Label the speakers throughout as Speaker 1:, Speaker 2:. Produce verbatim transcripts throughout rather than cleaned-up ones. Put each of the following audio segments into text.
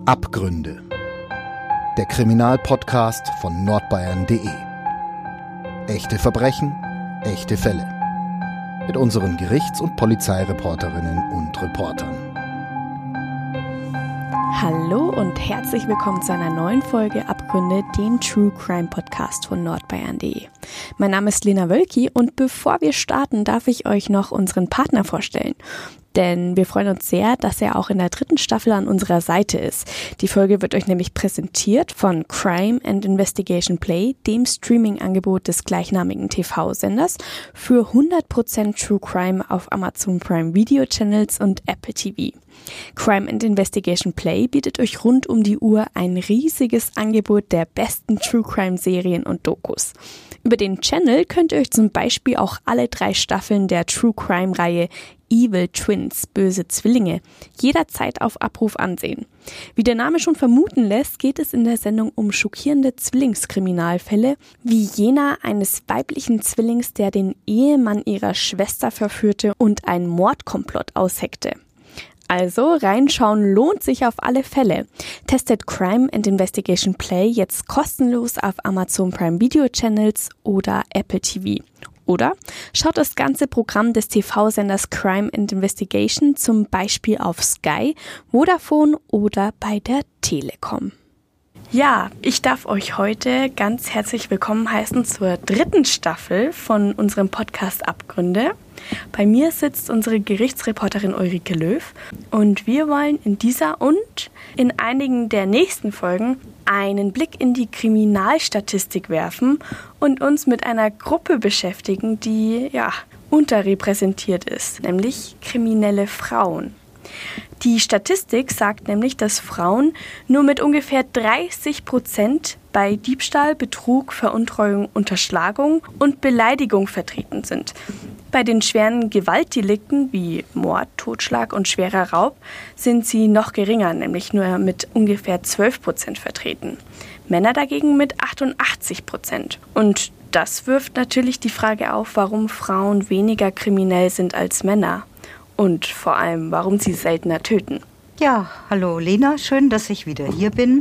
Speaker 1: Abgründe. Der Kriminalpodcast von nordbayern punkt de. Echte Verbrechen, echte Fälle. Mit unseren Gerichts- und Polizeireporterinnen und Reportern.
Speaker 2: Hallo und herzlich willkommen zu einer neuen Folge Abgründe, dem True Crime Podcast von nordbayern punkt de. Mein Name ist Lena Wölki und bevor wir starten, darf ich euch noch unseren Partner vorstellen. Denn wir freuen uns sehr, dass er auch in der dritten Staffel an unserer Seite ist. Die Folge wird euch nämlich präsentiert von Crime and Investigation Play, dem Streaming-Angebot des gleichnamigen T V-Senders für hundert Prozent True Crime auf Amazon Prime Video Channels und Apple T V. Crime and Investigation Play bietet euch rund um die Uhr ein riesiges Angebot der besten True Crime Serien und Dokus. Über den Channel könnt ihr euch zum Beispiel auch alle drei Staffeln der True Crime Reihe Evil Twins, böse Zwillinge, jederzeit auf Abruf ansehen. Wie der Name schon vermuten lässt, geht es in der Sendung um schockierende Zwillingskriminalfälle, wie jener eines weiblichen Zwillings, der den Ehemann ihrer Schwester verführte und ein Mordkomplott ausheckte. Also, reinschauen lohnt sich auf alle Fälle. Testet Crime and Investigation Play jetzt kostenlos auf Amazon Prime Video Channels oder Apple T V. Oder schaut das ganze Programm des T V-Senders Crime and Investigation zum Beispiel auf Sky, Vodafone oder bei der Telekom. Ja, ich darf euch heute ganz herzlich willkommen heißen zur dritten Staffel von unserem Podcast Abgründe. Bei mir sitzt unsere Gerichtsreporterin Ulrike Löw und wir wollen in dieser und in einigen der nächsten Folgen einen Blick in die Kriminalstatistik werfen und uns mit einer Gruppe beschäftigen, die ja unterrepräsentiert ist, nämlich kriminelle Frauen. Die Statistik sagt nämlich, dass Frauen nur mit ungefähr dreißig Prozent bei Diebstahl, Betrug, Veruntreuung, Unterschlagung und Beleidigung vertreten sind. Bei den schweren Gewaltdelikten wie Mord, Totschlag und schwerer Raub sind sie noch geringer, nämlich nur mit ungefähr zwölf Prozent vertreten. Männer dagegen mit achtundachtzig Prozent. Und das wirft natürlich die Frage auf, warum Frauen weniger kriminell sind als Männer. Und vor allem, warum sie seltener töten.
Speaker 3: Ja, hallo Lena, schön, dass ich wieder hier bin.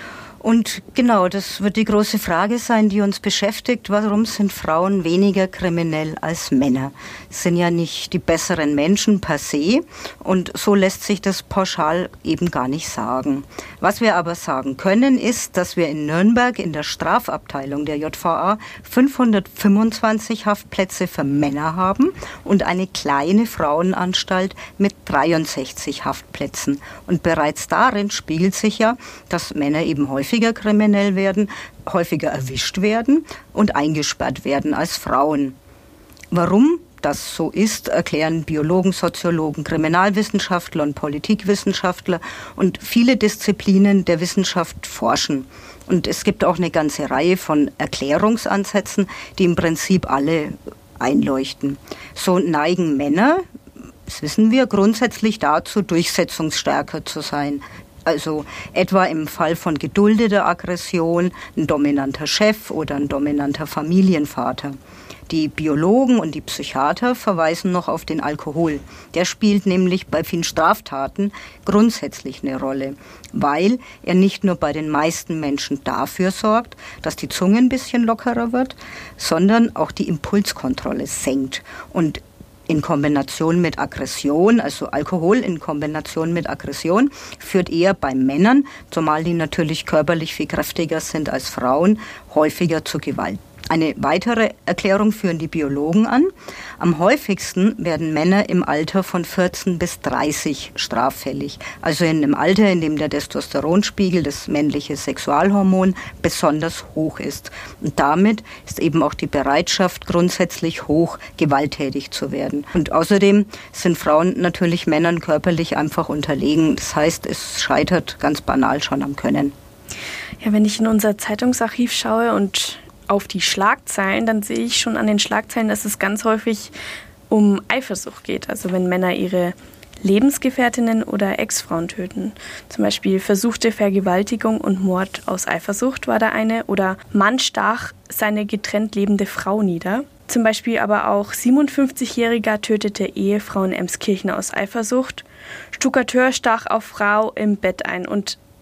Speaker 3: Und genau, das wird die große Frage sein, die uns beschäftigt. Warum sind Frauen weniger kriminell als Männer? Es sind ja nicht die besseren Menschen per se und so lässt sich das pauschal eben gar nicht sagen. Was wir aber sagen können, ist, dass wir in Nürnberg in der Strafabteilung der J V A fünfhundertfünfundzwanzig Haftplätze für Männer haben und eine kleine Frauenanstalt mit dreiundsechzig Haftplätzen. Und bereits darin spiegelt sich ja, dass Männer eben häufig häufiger kriminell werden, häufiger erwischt werden und eingesperrt werden als Frauen. Warum das so ist, erklären Biologen, Soziologen, Kriminalwissenschaftler und Politikwissenschaftler und viele Disziplinen der Wissenschaft forschen. Und es gibt auch eine ganze Reihe von Erklärungsansätzen, die im Prinzip alle einleuchten. So neigen Männer, das wissen wir, grundsätzlich dazu, durchsetzungsstärker zu sein. Also etwa im Fall von geduldeter Aggression, ein dominanter Chef oder ein dominanter Familienvater. Die Biologen und die Psychiater verweisen noch auf den Alkohol. Der spielt nämlich bei vielen Straftaten grundsätzlich eine Rolle, weil er nicht nur bei den meisten Menschen dafür sorgt, dass die Zunge ein bisschen lockerer wird, sondern auch die Impulskontrolle senkt. Und in Kombination mit Aggression, also Alkohol in Kombination mit Aggression, führt eher bei Männern, zumal die natürlich körperlich viel kräftiger sind als Frauen, häufiger zu Gewalt. Eine weitere Erklärung führen die Biologen an. Am häufigsten werden Männer im Alter von vierzehn bis dreißig straffällig. Also in einem Alter, in dem der Testosteronspiegel, das männliche Sexualhormon, besonders hoch ist. Und damit ist eben auch die Bereitschaft grundsätzlich hoch, gewalttätig zu werden. Und außerdem sind Frauen natürlich Männern körperlich einfach unterlegen. Das heißt, es scheitert ganz banal schon am Können.
Speaker 2: Ja, wenn ich in unser Zeitungsarchiv schaue und auf die Schlagzeilen, dann sehe ich schon an den Schlagzeilen, dass es ganz häufig um Eifersucht geht. Also wenn Männer ihre Lebensgefährtinnen oder Ex-Frauen töten. Zum Beispiel versuchte Vergewaltigung und Mord aus Eifersucht war da eine. Oder Mann stach seine getrennt lebende Frau nieder. Zum Beispiel aber auch siebenundfünfzigjähriger tötete Ehefrau in Emskirchen aus Eifersucht. Stuckateur stach auf Frau im Bett ein und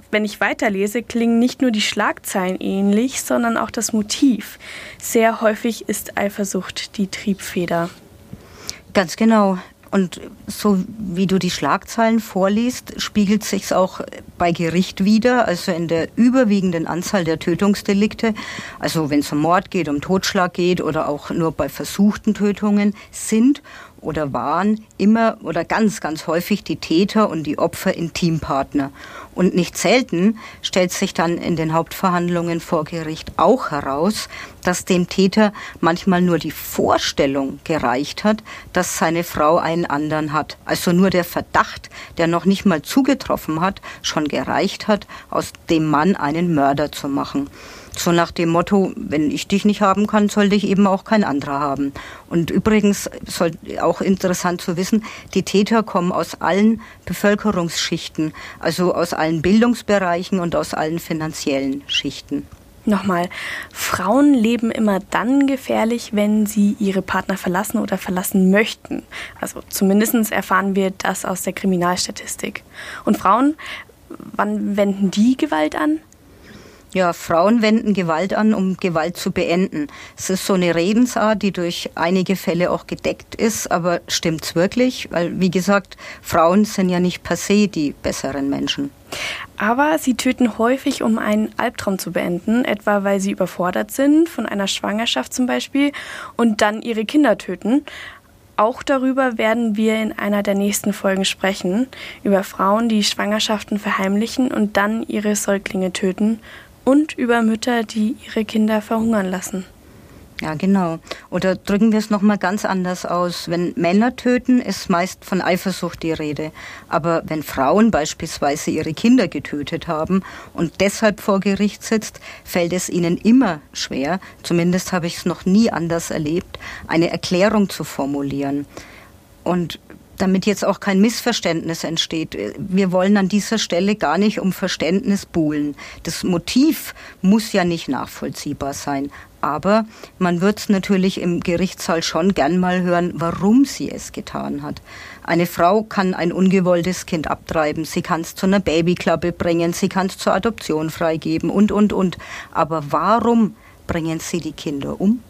Speaker 2: Wenn ich weiterlese, klingen nicht nur die Schlagzeilen ähnlich, sondern auch das Motiv. Sehr häufig ist Eifersucht die Triebfeder.
Speaker 3: Ganz genau. Und so wie du die Schlagzeilen vorliest, spiegelt sich's auch bei Gericht wider, also in der überwiegenden Anzahl der Tötungsdelikte. Also wenn es um Mord geht, um Totschlag geht oder auch nur bei versuchten Tötungen, sind oder waren immer oder ganz, ganz häufig die Täter und die Opfer Intimpartner. Und nicht selten stellt sich dann in den Hauptverhandlungen vor Gericht auch heraus, dass dem Täter manchmal nur die Vorstellung gereicht hat, dass seine Frau einen anderen hat. Also nur der Verdacht, der noch nicht mal zugetroffen hat, schon gereicht hat, aus dem Mann einen Mörder zu machen. So nach dem Motto, wenn ich dich nicht haben kann, soll dich eben auch kein anderer haben. Und übrigens, soll auch interessant zu wissen, die Täter kommen aus allen Bevölkerungsschichten, also aus allen Bildungsbereichen und aus allen finanziellen Schichten.
Speaker 2: Nochmal, Frauen leben immer dann gefährlich, wenn sie ihre Partner verlassen oder verlassen möchten. Also zumindest erfahren wir das aus der Kriminalstatistik. Und Frauen, wann wenden die Gewalt an?
Speaker 3: Ja, Frauen wenden Gewalt an, um Gewalt zu beenden. Es ist so eine Redensart, die durch einige Fälle auch gedeckt ist, aber stimmt's wirklich? Weil, wie gesagt, Frauen sind ja nicht per se die besseren Menschen.
Speaker 2: Aber sie töten häufig, um einen Albtraum zu beenden, etwa weil sie überfordert sind, von einer Schwangerschaft zum Beispiel, und dann ihre Kinder töten. Auch darüber werden wir in einer der nächsten Folgen sprechen, über Frauen, die Schwangerschaften verheimlichen und dann ihre Säuglinge töten. Und über Mütter, die ihre Kinder verhungern lassen.
Speaker 3: Ja, genau. Oder drücken wir es nochmal ganz anders aus. Wenn Männer töten, ist meist von Eifersucht die Rede. Aber wenn Frauen beispielsweise ihre Kinder getötet haben und deshalb vor Gericht sitzt, fällt es ihnen immer schwer, zumindest habe ich es noch nie anders erlebt, eine Erklärung zu formulieren. Und damit jetzt auch kein Missverständnis entsteht. Wir wollen an dieser Stelle gar nicht um Verständnis buhlen. Das Motiv muss ja nicht nachvollziehbar sein. Aber man wird es natürlich im Gerichtssaal schon gern mal hören, warum sie es getan hat. Eine Frau kann ein ungewolltes Kind abtreiben, sie kann es zu einer Babyklappe bringen, sie kann es zur Adoption freigeben und, und, und. Aber warum bringen sie die Kinder um?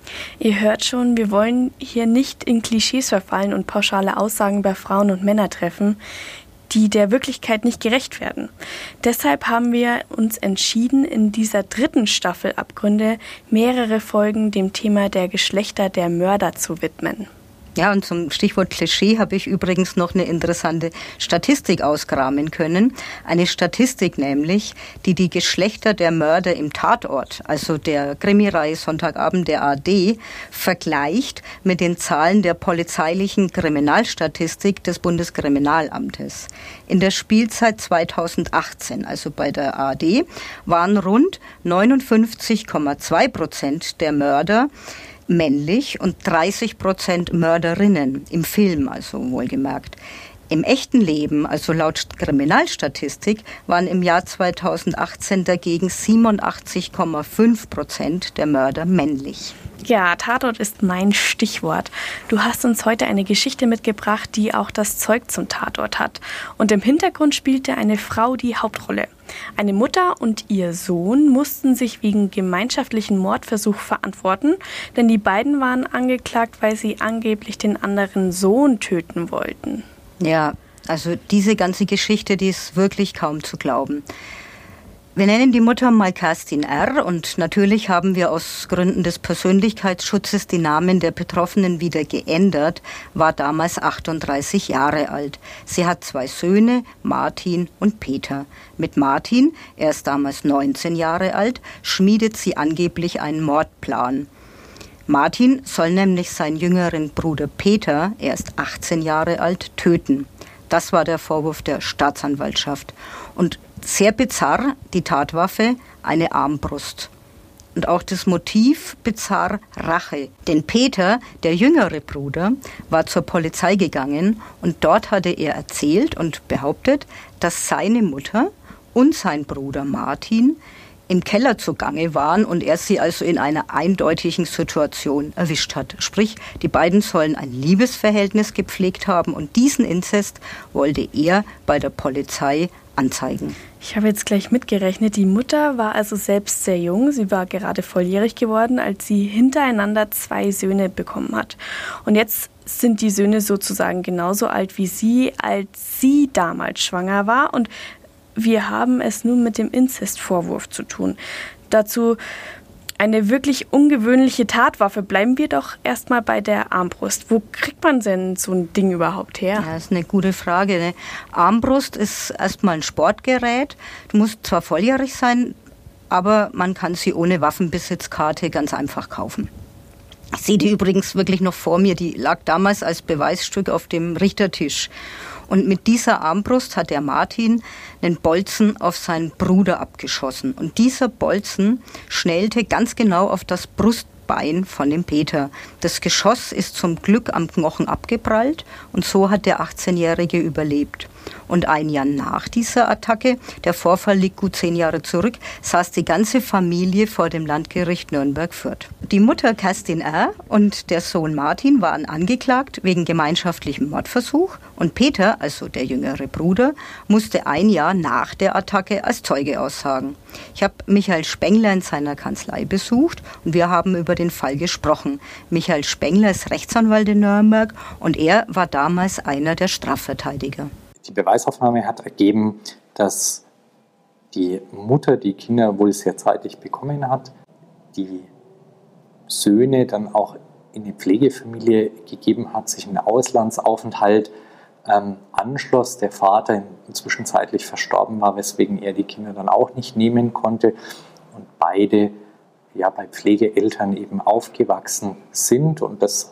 Speaker 2: Ihr hört schon, wir wollen hier nicht in Klischees verfallen und pauschale Aussagen über Frauen und Männer treffen, die der Wirklichkeit nicht gerecht werden. Deshalb haben wir uns entschieden, in dieser dritten Staffel Abgründe mehrere Folgen dem Thema der Geschlechter der Mörder zu widmen.
Speaker 3: Ja, und zum Stichwort Klischee habe ich übrigens noch eine interessante Statistik auskramen können. Eine Statistik nämlich, die die Geschlechter der Mörder im Tatort, also der Krimireihe Sonntagabend der A R D, vergleicht mit den Zahlen der polizeilichen Kriminalstatistik des Bundeskriminalamtes. In der Spielzeit zweitausendachtzehn, also bei der A R D, waren rund neunundfünfzig Komma zwei Prozent der Mörder männlich und dreißig Prozent Mörderinnen im Film, also wohlgemerkt. Im echten Leben, also laut Kriminalstatistik, waren im Jahr zweitausendachtzehn dagegen siebenundachtzig Komma fünf Prozent der Mörder männlich.
Speaker 2: Ja, Tatort ist mein Stichwort. Du hast uns heute eine Geschichte mitgebracht, die auch das Zeug zum Tatort hat. Und im Hintergrund spielte eine Frau die Hauptrolle. Eine Mutter und ihr Sohn mussten sich wegen gemeinschaftlichen Mordversuch verantworten, denn die beiden waren angeklagt, weil sie angeblich den anderen Sohn töten wollten.
Speaker 3: Ja, also diese ganze Geschichte, die ist wirklich kaum zu glauben. Wir nennen die Mutter mal Kerstin R. und natürlich haben wir aus Gründen des Persönlichkeitsschutzes die Namen der Betroffenen wieder geändert, war damals achtunddreißig Jahre alt. Sie hat zwei Söhne, Martin und Peter. Mit Martin, er ist damals neunzehn Jahre alt, schmiedet sie angeblich einen Mordplan. Martin soll nämlich seinen jüngeren Bruder Peter, er ist achtzehn Jahre alt, töten. Das war der Vorwurf der Staatsanwaltschaft. Und sehr bizarr, die Tatwaffe, eine Armbrust. Und auch das Motiv bizarr, Rache. Denn Peter, der jüngere Bruder, war zur Polizei gegangen und dort hatte er erzählt und behauptet, dass seine Mutter und sein Bruder Martin im Keller zugange waren und er sie also in einer eindeutigen Situation erwischt hat. Sprich, die beiden sollen ein Liebesverhältnis gepflegt haben und diesen Inzest wollte er bei der Polizei anzeigen.
Speaker 2: Ich habe jetzt gleich mitgerechnet, die Mutter war also selbst sehr jung. Sie war gerade volljährig geworden, als sie hintereinander zwei Söhne bekommen hat. Und jetzt sind die Söhne sozusagen genauso alt wie sie, als sie damals schwanger war. Und wir haben es nun mit dem Inzestvorwurf zu tun. Dazu eine wirklich ungewöhnliche Tatwaffe. Bleiben wir doch erstmal bei der Armbrust. Wo kriegt man denn so ein Ding überhaupt her?
Speaker 3: Ja, das ist eine gute Frage. Eine Armbrust ist erstmal ein Sportgerät. Du musst zwar volljährig sein, aber man kann sie ohne Waffenbesitzkarte ganz einfach kaufen. Ich sehe die übrigens wirklich noch vor mir. Die lag damals als Beweisstück auf dem Richtertisch. Und mit dieser Armbrust hat der Martin einen Bolzen auf seinen Bruder abgeschossen. Und dieser Bolzen schnellte ganz genau auf das Brustbein von dem Peter. Das Geschoss ist zum Glück am Knochen abgeprallt und so hat der achtzehnjährige überlebt. Und ein Jahr nach dieser Attacke, der Vorfall liegt gut zehn Jahre zurück, saß die ganze Familie vor dem Landgericht Nürnberg-Fürth. Die Mutter Kerstin R. und der Sohn Martin waren angeklagt wegen gemeinschaftlichem Mordversuch und Peter, also der jüngere Bruder, musste ein Jahr nach der Attacke als Zeuge aussagen. Ich habe Michael Spengler in seiner Kanzlei besucht und wir haben über den Fall gesprochen. Michael Spengler ist Rechtsanwalt in Nürnberg und er war damals einer der Strafverteidiger.
Speaker 4: Die Beweisaufnahme hat ergeben, dass die Mutter die Kinder wohl sehr zeitig bekommen hat, die Söhne dann auch in die Pflegefamilie gegeben hat, sich einen Auslandsaufenthalt ähm, anschloss, der Vater zwischenzeitlich verstorben war, weswegen er die Kinder dann auch nicht nehmen konnte und beide ja, bei Pflegeeltern eben aufgewachsen sind und das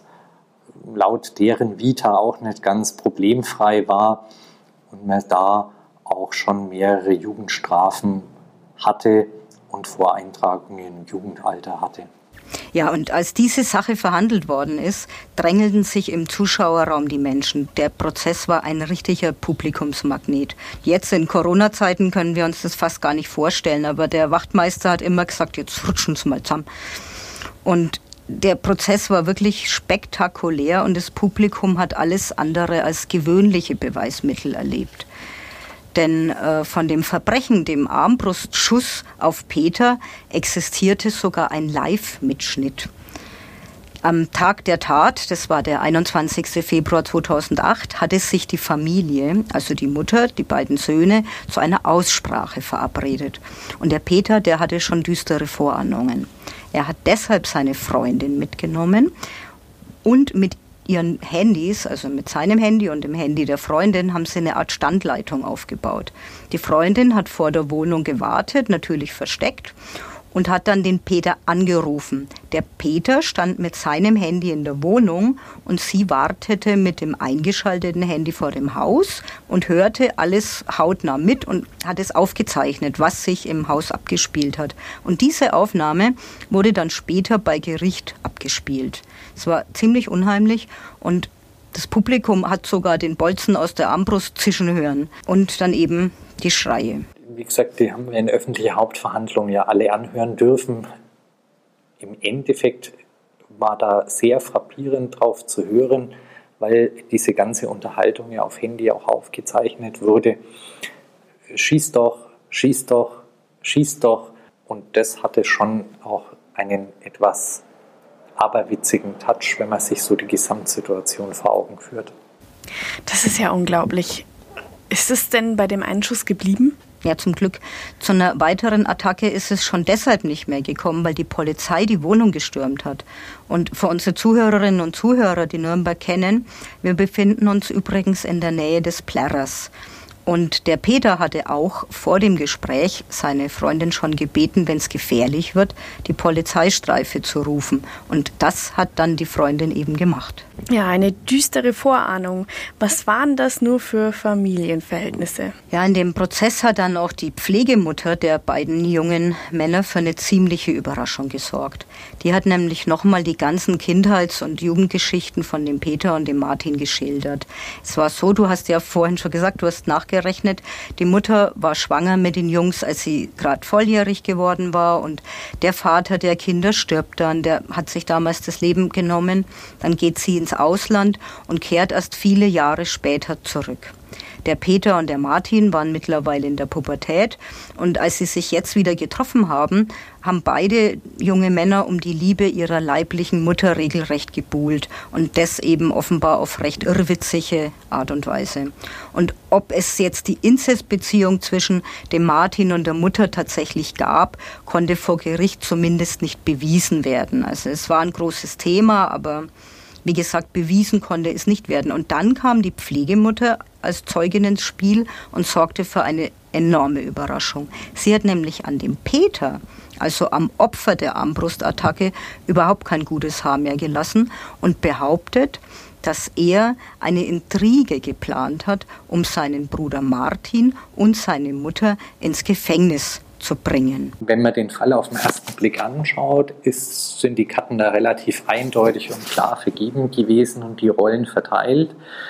Speaker 4: laut deren Vita auch nicht ganz problemfrei war. Und man da auch schon mehrere Jugendstrafen hatte und Voreintragungen im Jugendalter hatte.
Speaker 3: Ja, und als diese Sache verhandelt worden ist, drängelten sich im Zuschauerraum die Menschen. Der Prozess war ein richtiger Publikumsmagnet. Jetzt in Corona-Zeiten können wir uns das fast gar nicht vorstellen, aber der Wachtmeister hat immer gesagt, jetzt rutschen Sie mal zusammen. Und der Prozess war wirklich spektakulär und das Publikum hat alles andere als gewöhnliche Beweismittel erlebt. Denn äh, von dem Verbrechen, dem Armbrustschuss auf Peter, existierte sogar ein Live-Mitschnitt. Am Tag der Tat, das war der einundzwanzigster Februar zweitausendacht, hatte sich die Familie, also die Mutter, die beiden Söhne, zu einer Aussprache verabredet. Und der Peter, der hatte schon düstere Vorahnungen. Er hat deshalb seine Freundin mitgenommen und mit ihren Handys, also mit seinem Handy und dem Handy der Freundin, haben sie eine Art Standleitung aufgebaut. Die Freundin hat vor der Wohnung gewartet, natürlich versteckt, und hat dann den Peter angerufen. Der Peter stand mit seinem Handy in der Wohnung und sie wartete mit dem eingeschalteten Handy vor dem Haus und hörte alles hautnah mit und hat es aufgezeichnet, was sich im Haus abgespielt hat. Und diese Aufnahme wurde dann später bei Gericht abgespielt. Es war ziemlich unheimlich und das Publikum hat sogar den Bolzen aus der Armbrust zischen hören und dann eben die Schreie.
Speaker 4: Wie gesagt, die haben wir in öffentlicher Hauptverhandlung ja alle anhören dürfen. Im Endeffekt war da sehr frappierend drauf zu hören, weil diese ganze Unterhaltung ja auf Handy auch aufgezeichnet wurde. Schieß doch, schieß doch, schieß doch. Und das hatte schon auch einen etwas aberwitzigen Touch, wenn man sich so die Gesamtsituation vor Augen führt.
Speaker 2: Das ist ja unglaublich. Ist es denn bei dem Einschuss geblieben?
Speaker 3: Ja, zum Glück. Zu einer weiteren Attacke ist es schon deshalb nicht mehr gekommen, weil die Polizei die Wohnung gestürmt hat. Und für unsere Zuhörerinnen und Zuhörer, die Nürnberg kennen, wir befinden uns übrigens in der Nähe des Plärrers. Und der Peter hatte auch vor dem Gespräch seine Freundin schon gebeten, wenn es gefährlich wird, die Polizeistreife zu rufen. Und das hat dann die Freundin eben gemacht.
Speaker 2: Ja, eine düstere Vorahnung. Was waren das nur für Familienverhältnisse?
Speaker 3: Ja, in dem Prozess hat dann auch die Pflegemutter der beiden jungen Männer für eine ziemliche Überraschung gesorgt. Die hat nämlich nochmal die ganzen Kindheits- und Jugendgeschichten von dem Peter und dem Martin geschildert. Es war so, du hast ja vorhin schon gesagt, du hast nachgedacht, ausgerechnet, die Mutter war schwanger mit den Jungs, als sie gerade volljährig geworden war und der Vater der Kinder stirbt dann, der hat sich damals das Leben genommen, dann geht sie ins Ausland und kehrt erst viele Jahre später zurück. Der Peter und der Martin waren mittlerweile in der Pubertät und als sie sich jetzt wieder getroffen haben, haben beide junge Männer um die Liebe ihrer leiblichen Mutter regelrecht gebuhlt und das eben offenbar auf recht irrwitzige Art und Weise. Und ob es jetzt die Inzestbeziehung zwischen dem Martin und der Mutter tatsächlich gab, konnte vor Gericht zumindest nicht bewiesen werden. Also es war ein großes Thema, aber wie gesagt, bewiesen konnte es nicht werden. Und dann kam die Pflegemutter als Zeugin ins Spiel und sorgte für eine enorme Überraschung. Sie hat nämlich an dem Peter, also am Opfer der Armbrustattacke, überhaupt kein gutes Haar mehr gelassen und behauptet, dass er eine Intrige geplant hat, um seinen Bruder Martin und seine Mutter ins Gefängnis zu bringen.
Speaker 4: Wenn man den Fall auf den ersten Blick anschaut, ist, sind die Karten da relativ eindeutig und klar vergeben gewesen und die Rollen verteilt.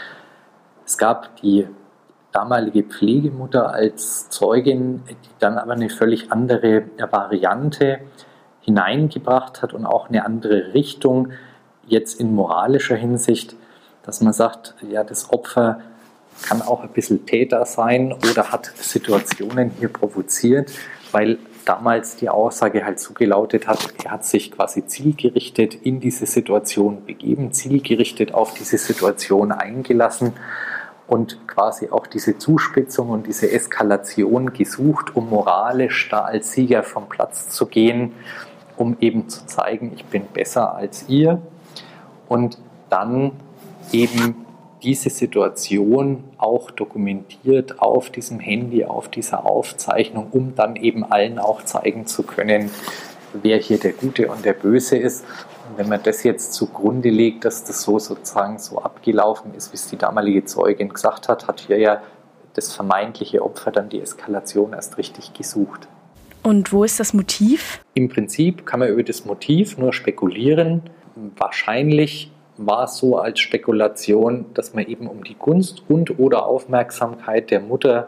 Speaker 4: Es gab die damalige Pflegemutter als Zeugin, die dann aber eine völlig andere Variante hineingebracht hat und auch eine andere Richtung, jetzt in moralischer Hinsicht, dass man sagt, ja, das Opfer kann auch ein bisschen Täter sein oder hat Situationen hier provoziert, weil damals die Aussage halt so gelautet hat, er hat sich quasi zielgerichtet in diese Situation begeben, zielgerichtet auf diese Situation eingelassen und quasi auch diese Zuspitzung und diese Eskalation gesucht, um moralisch da als Sieger vom Platz zu gehen, um eben zu zeigen, ich bin besser als ihr und dann eben diese Situation auch dokumentiert auf diesem Handy, auf dieser Aufzeichnung, um dann eben allen auch zeigen zu können, wer hier der Gute und der Böse ist. Und wenn man das jetzt zugrunde legt, dass das so sozusagen so abgelaufen ist, wie es die damalige Zeugin gesagt hat, hat hier ja das vermeintliche Opfer dann die Eskalation erst richtig gesucht.
Speaker 2: Und wo ist das Motiv?
Speaker 4: Im Prinzip kann man über das Motiv nur spekulieren. Wahrscheinlich war es so als Spekulation, dass man eben um die Gunst und oder Aufmerksamkeit der Mutter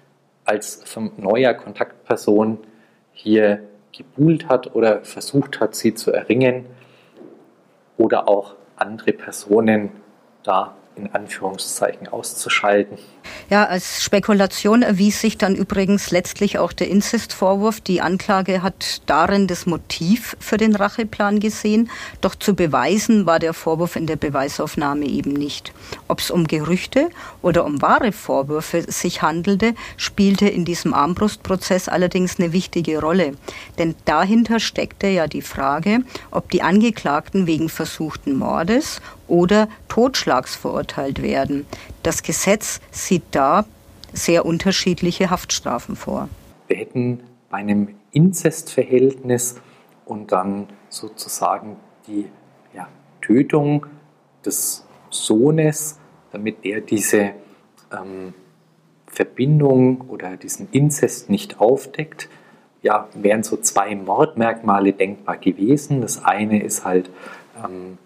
Speaker 4: als neuer Kontaktperson hier gebuhlt hat oder versucht hat, sie zu erringen oder auch andere Personen da in Anführungszeichen auszuschalten.
Speaker 3: Ja, als Spekulation erwies sich dann übrigens letztlich auch der Inzestvorwurf. Die Anklage hat darin das Motiv für den Racheplan gesehen, doch zu beweisen war der Vorwurf in der Beweisaufnahme eben nicht. Ob es um Gerüchte oder um wahre Vorwürfe sich handelte, spielte in diesem Armbrustprozess allerdings eine wichtige Rolle. Denn dahinter steckte ja die Frage, ob die Angeklagten wegen versuchten Mordes oder Totschlags verurteilt werden. Das Gesetz sieht da sehr unterschiedliche Haftstrafen vor.
Speaker 4: Wir hätten bei einem Inzestverhältnis und dann sozusagen die ja, Tötung des Sohnes, damit der diese ähm, Verbindung oder diesen Inzest nicht aufdeckt, ja, wären so zwei Mordmerkmale denkbar gewesen. Das eine ist halt ähm,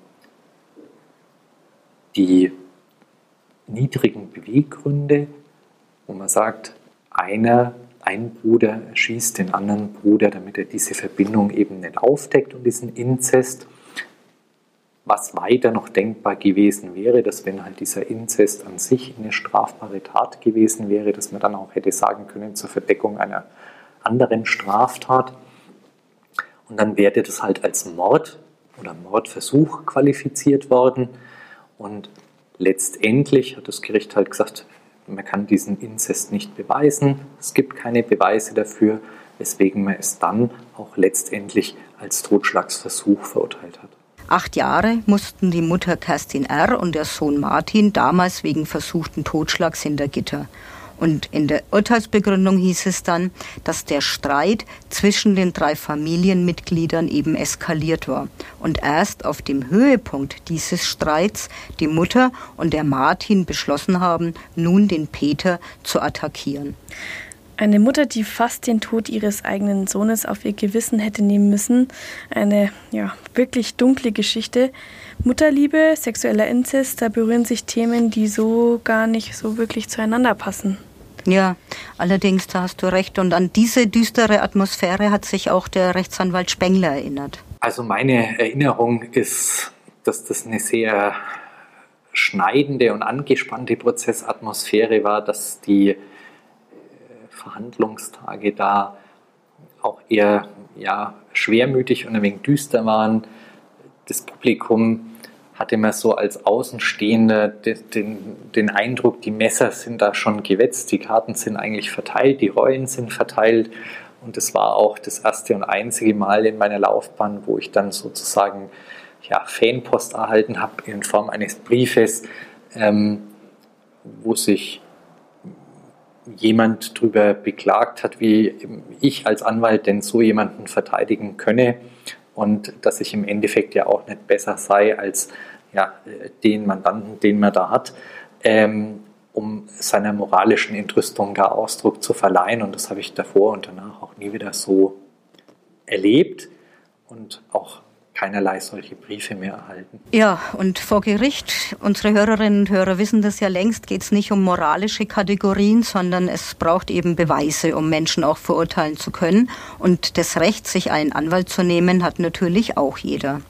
Speaker 4: die niedrigen Beweggründe, wo man sagt, einer, ein Bruder schießt den anderen Bruder, damit er diese Verbindung eben nicht aufdeckt und diesen Inzest. Was weiter noch denkbar gewesen wäre, dass wenn halt dieser Inzest an sich eine strafbare Tat gewesen wäre, dass man dann auch hätte sagen können, zur Verdeckung einer anderen Straftat. Und dann wäre das halt als Mord oder Mordversuch qualifiziert worden. Und letztendlich hat das Gericht halt gesagt, man kann diesen Inzest nicht beweisen, es gibt keine Beweise dafür, weswegen man es dann auch letztendlich als Totschlagsversuch verurteilt hat.
Speaker 3: Acht Jahre mussten die Mutter Kerstin R. und der Sohn Martin damals wegen versuchten Totschlags hinter Gitter. Und in der Urteilsbegründung hieß es dann, dass der Streit zwischen den drei Familienmitgliedern eben eskaliert war. Und erst auf dem Höhepunkt dieses Streits die Mutter und der Martin beschlossen haben, nun den Peter zu attackieren.
Speaker 2: Eine Mutter, die fast den Tod ihres eigenen Sohnes auf ihr Gewissen hätte nehmen müssen. Eine ja, wirklich dunkle Geschichte. Mutterliebe, sexueller Inzest, da berühren sich Themen, die so gar nicht so wirklich zueinander passen.
Speaker 3: Ja, allerdings, da hast du recht. Und an diese düstere Atmosphäre hat sich auch der Rechtsanwalt Spengler erinnert.
Speaker 4: Also meine Erinnerung ist, dass das eine sehr schneidende und angespannte Prozessatmosphäre war, dass die Verhandlungstage da auch eher ja, schwermütig und ein wenig düster waren. Das Publikum hatte man so als Außenstehender den, den, den Eindruck, die Messer sind da schon gewetzt, die Karten sind eigentlich verteilt, die Rollen sind verteilt. Und das war auch das erste und einzige Mal in meiner Laufbahn, wo ich dann sozusagen ja, Fanpost erhalten habe in Form eines Briefes, ähm, wo sich jemand darüber beklagt hat, wie ich als Anwalt denn so jemanden verteidigen könne und dass ich im Endeffekt ja auch nicht besser sei als ja, den Mandanten, den man da hat, ähm, um seiner moralischen Entrüstung gar Ausdruck zu verleihen. Und das habe ich davor und danach auch nie wieder so erlebt und auch keinerlei solche Briefe mehr erhalten.
Speaker 3: Ja, und vor Gericht, unsere Hörerinnen und Hörer wissen das ja längst, geht es nicht um moralische Kategorien, sondern es braucht eben Beweise, um Menschen auch verurteilen zu können. Und das Recht, sich einen Anwalt zu nehmen, hat natürlich auch jeder.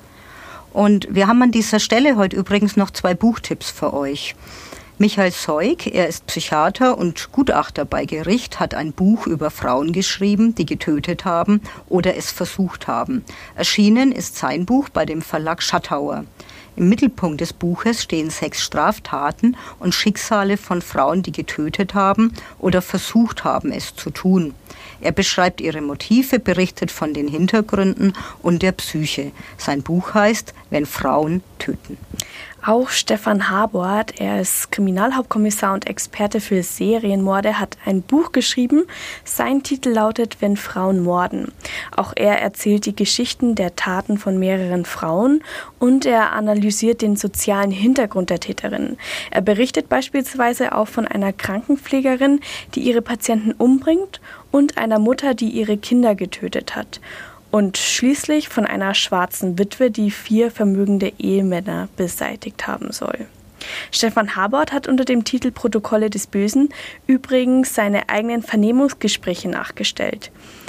Speaker 3: Und wir haben an dieser Stelle heute übrigens noch zwei Buchtipps für euch. Michael Seug, er ist Psychiater und Gutachter bei Gericht, hat ein Buch über Frauen geschrieben, die getötet haben oder es versucht haben. Erschienen ist sein Buch bei dem Verlag Schattauer. Im Mittelpunkt des Buches stehen sechs Straftaten und Schicksale von Frauen, die getötet haben oder versucht haben, es zu tun. Er beschreibt ihre Motive, berichtet von den Hintergründen und der Psyche. Sein Buch heißt »Wenn Frauen töten«.
Speaker 2: Auch Stefan Habort, er ist Kriminalhauptkommissar und Experte für Serienmorde, hat ein Buch geschrieben. Sein Titel lautet »Wenn Frauen morden«. Auch er erzählt die Geschichten der Taten von mehreren Frauen und er analysiert den sozialen Hintergrund der Täterinnen. Er berichtet beispielsweise auch von einer Krankenpflegerin, die ihre Patienten umbringt und einer Mutter, die ihre Kinder getötet hat. Und schließlich von einer schwarzen Witwe, die vier vermögende Ehemänner beseitigt haben soll. Stefan Habort hat unter dem Titel Protokolle des Bösen übrigens seine eigenen Vernehmungsgespräche nachgestellt.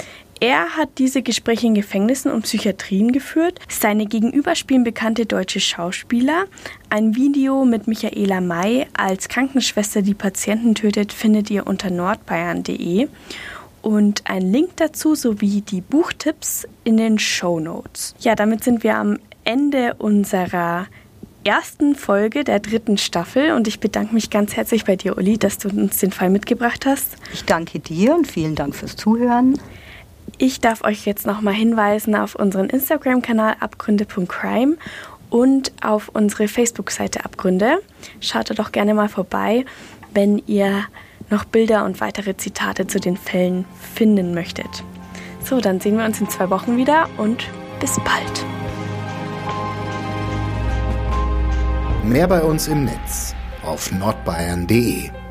Speaker 2: Er hat diese Gespräche in Gefängnissen und Psychiatrien geführt. Seine Gegenüber spielen bekannte deutsche Schauspieler. Ein Video mit Michaela May als Krankenschwester, die Patienten tötet, findet ihr unter nordbayern punkt de. Und ein Link dazu sowie die Buchtipps in den Shownotes. Ja, damit sind wir am Ende unserer ersten Folge der dritten Staffel und ich bedanke mich ganz herzlich bei dir, Uli, dass du uns den Fall mitgebracht hast.
Speaker 3: Ich danke dir und vielen Dank fürs Zuhören.
Speaker 2: Ich darf euch jetzt nochmal hinweisen auf unseren Instagram-Kanal abgründe punkt crime und auf unsere Facebook-Seite Abgründe. Schaut da doch gerne mal vorbei, wenn ihr noch Bilder und weitere Zitate zu den Fällen finden möchtet. So, dann sehen wir uns in zwei Wochen wieder und bis bald.
Speaker 1: Mehr bei uns im Netz auf nordbayern punkt de.